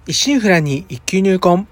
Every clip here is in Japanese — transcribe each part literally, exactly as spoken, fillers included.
一心不乱に一級入魂。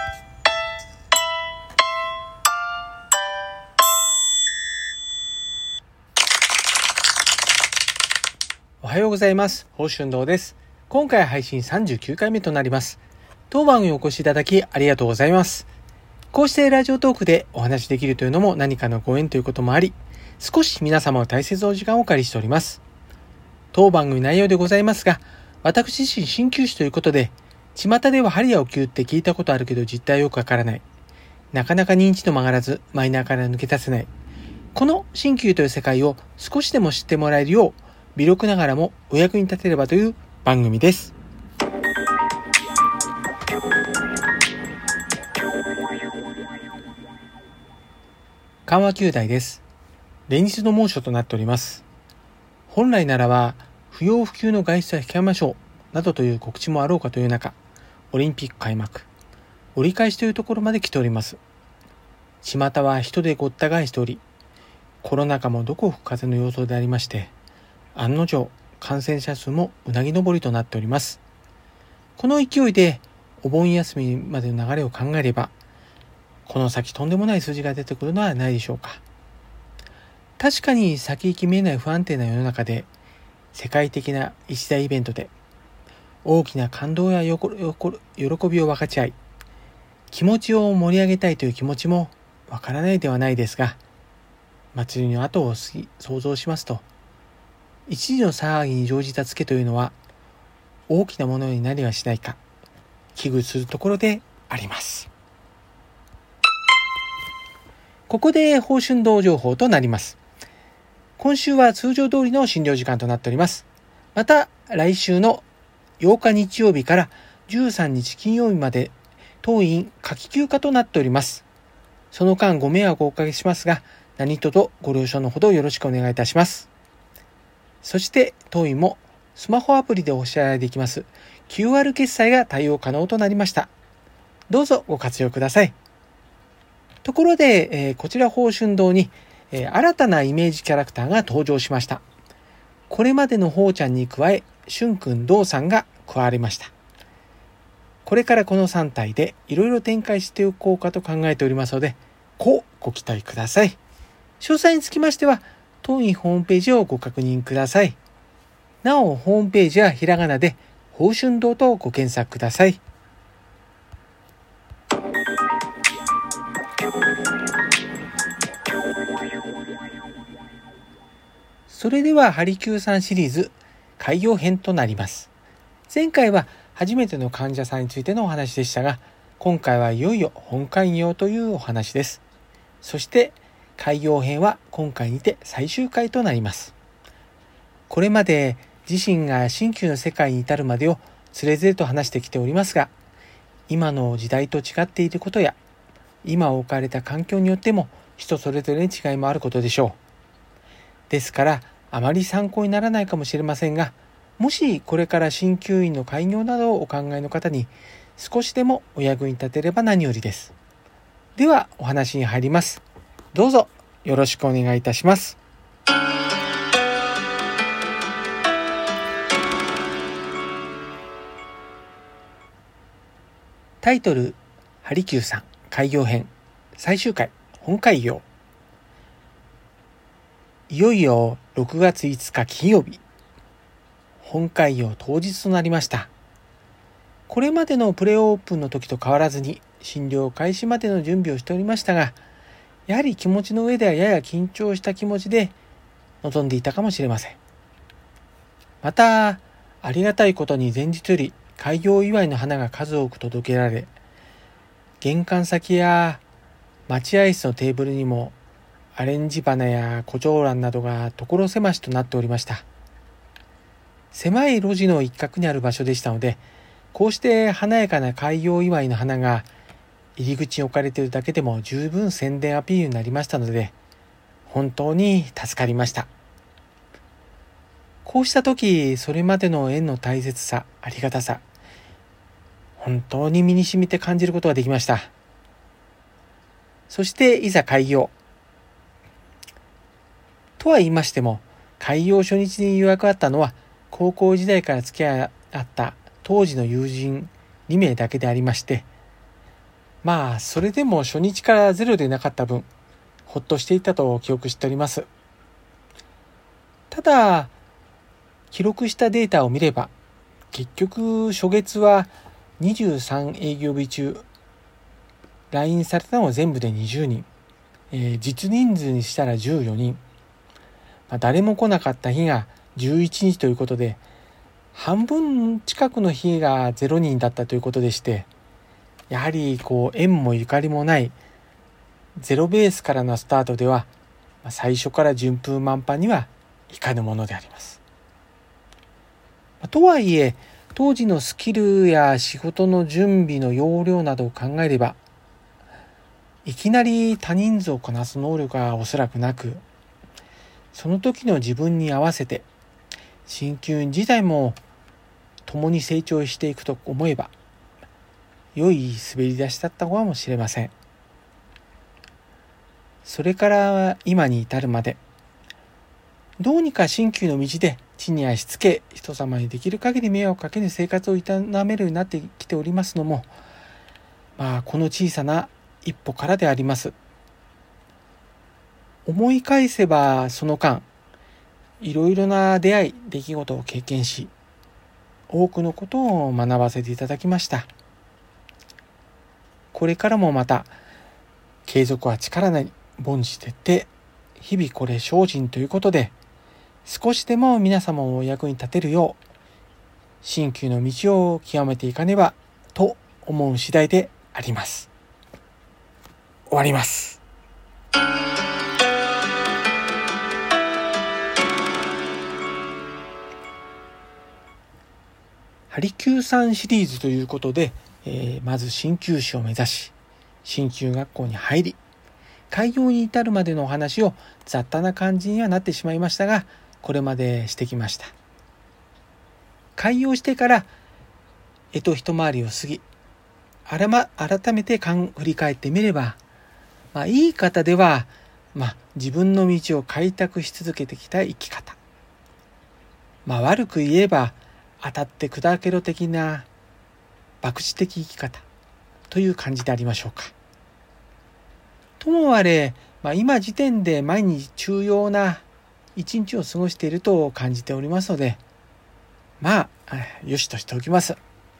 おはようございます。宝春堂です。今回配信さんじゅうきゅうかいめとなります。当番組お越しいただきありがとうございます。こうしてラジオトークでお話しできるというのも何かのご縁ということもあり、少し皆様の大切なお時間をお借りしております。当番組内容でございますが、私自身鍼灸師ということで、巷では針やお灸って聞いたことあるけど実態よくわからない。なかなか認知度も上がらず、マイナーから抜け出せない。この鍼灸という世界を少しでも知ってもらえるよう、微力ながらもお役に立てればという番組です。緩和球大です。連日の猛暑となっております。本来ならば、不要不急の外出は控えましょう、などという告知もあろうかという中、オリンピック開幕、折り返しというところまで来ております。巷は人でごった返しており、コロナ禍もどこ吹く風の様相でありまして、案の定、感染者数もうなぎ登りとなっております。この勢いで、お盆休みまでの流れを考えれば、この先とんでもない数字が出てくるのはないでしょうか。確かに先行き見えない不安定な世の中で、世界的な一大イベントで、大きな感動や喜びを分かち合い、気持ちを盛り上げたいという気持ちもわからないではないですが、祭りの後を想像しますと、一時の騒ぎに乗じたツケというのは、大きなものになりはしないか、危惧するところであります。ここで宝春堂情報となります。今週は通常通りの診療時間となっております。また、来週のようか日曜日からじゅうさんにち金曜日まで当院夏季休暇となっております。その間ご迷惑をおかけしますが、何卒ご了承のほどよろしくお願いいたします。そして当院もスマホアプリでお支払いできます キューアール 決済が対応可能となりました。どうぞご活用ください。ところで、えー、こちら宝春堂に、えー、新たなイメージキャラクターが登場しました。これまでのほうちゃんに加え、しゅんくんどうさんが加わりました。これからこのさん体でいろいろ展開していこうかと考えておりますので、こうご期待ください。詳細につきましては、当院ホームページをご確認ください。なお、ホームページはひらがなで宝春堂とご検索ください。それではハリキューさんシリーズ開業編となります。前回は初めての患者さんについてのお話でしたが、今回はいよいよ本開業というお話です。そして開業編は今回にて最終回となります。これまで自身が鍼灸の世界に至るまでをつれづれと話してきておりますが、今の時代と違っていることや、今置かれた環境によっても人それぞれに違いもあることでしょう。ですからあまり参考にならないかもしれませんが、もしこれから鍼灸院の開業などをお考えの方に少しでもお役に立てれば何よりです。ではお話に入ります。どうぞよろしくお願いいたします。タイトル、ハリキューさん開業編最終回本開業。いよいよろくがついつか金曜日、本開業当日となりました。これまでのプレオープンの時と変わらずに診療開始までの準備をしておりましたが、やはり気持ちの上ではやや緊張した気持ちで臨んでいたかもしれません。また、ありがたいことに前日より開業祝いの花が数多く届けられ、玄関先や待合室のテーブルにもアレンジ花や胡蝶蘭などが所狭しとなっておりました。狭い路地の一角にある場所でしたので、こうして華やかな開業祝いの花が入り口に置かれているだけでも十分宣伝アピールになりましたので、本当に助かりました。こうした時、それまでの縁の大切さ、ありがたさ、本当に身に染みて感じることができました。そしていざ開業。とは言いましても、開業初日に予約あったのは高校時代から付き合いあった当時の友人にめいだけでありまして、まあそれでも初日からゼロでなかった分、ほっとしていたと記憶しております。ただ、記録したデータを見れば、結局初月はにじゅうさん営業日中、来院されたのは全部でにじゅうにん、えー、実人数にしたらじゅうよにん、まあ、誰も来なかった日がじゅういちにちということで、半分近くの日がゼロにんだったということでして、やはりこう縁もゆかりもないゼロベースからのスタートでは、最初から順風満帆にはいかぬものであります。とはいえ、当時のスキルや仕事の準備の要領などを考えれば、いきなり多人数をこなす能力はおそらくなく、その時の自分に合わせて、鍼灸院自体も共に成長していくと思えば、良い滑り出しだったかもしれません。それから今に至るまで、どうにか鍼灸の道で地に足つけ、人様にできる限り迷惑をかけぬ生活を営めるようになってきておりますのも、まあこの小さな一歩からであります。思い返せばその間、いろいろな出会い、出来事を経験し、多くのことを学ばせていただきました。これからもまた、継続は力なり、凡事徹底、日々これ精進ということで、少しでも皆様をお役に立てるよう、鍼灸の道を極めていかねばと思う次第であります。終わります。ハリキューさんシリーズということで、えー、まず鍼灸師を目指し、鍼灸学校に入り、開業に至るまでのお話を雑多な感じにはなってしまいましたが、これまでしてきました。開業してからえと一回りを過ぎ、あらま改めて振り返ってみれば、まあ、いい方では、まあ、自分の道を開拓し続けてきた生き方。まあ、悪く言えば当たって砕けろ的な博打的生き方という感じでありましょうか。ともあれ、まあ、今時点で毎日重要な一日を過ごしていると感じておりますので、まあよしとしておきます。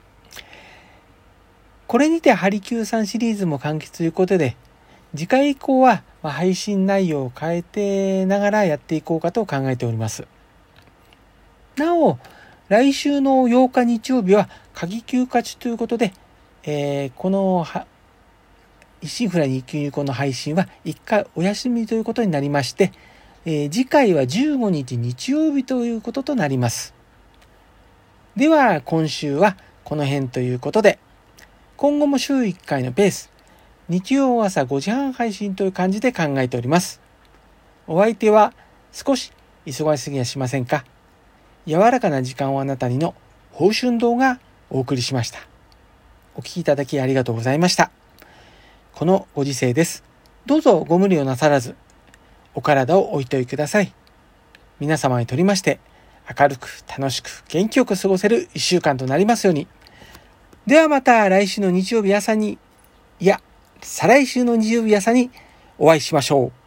これにてハリキューさんシリーズも完結ということで、次回以降は配信内容を変えてながらやっていこうかと考えております。なお、来週のようか日曜日は夏季休暇中ということで、えー、この一心不乱に一級入魂の配信は一回お休みということになりまして、えー、次回はじゅうごにち日曜日ということとなります。では今週はこの辺ということで、今後も週いっかいのペース、日曜朝ごじはん配信という感じで考えております。お相手は少し忙しすぎはしませんか？柔らかな時間をあなたにの宝春堂がお送りしました。お聞きいただきありがとうございました。このご時世です。どうぞご無理をなさらず、お体をおいといください。皆様にとりまして、明るく楽しく元気よく過ごせる一週間となりますように。ではまた来週の日曜日朝に、いや、再来週の日曜日朝にお会いしましょう。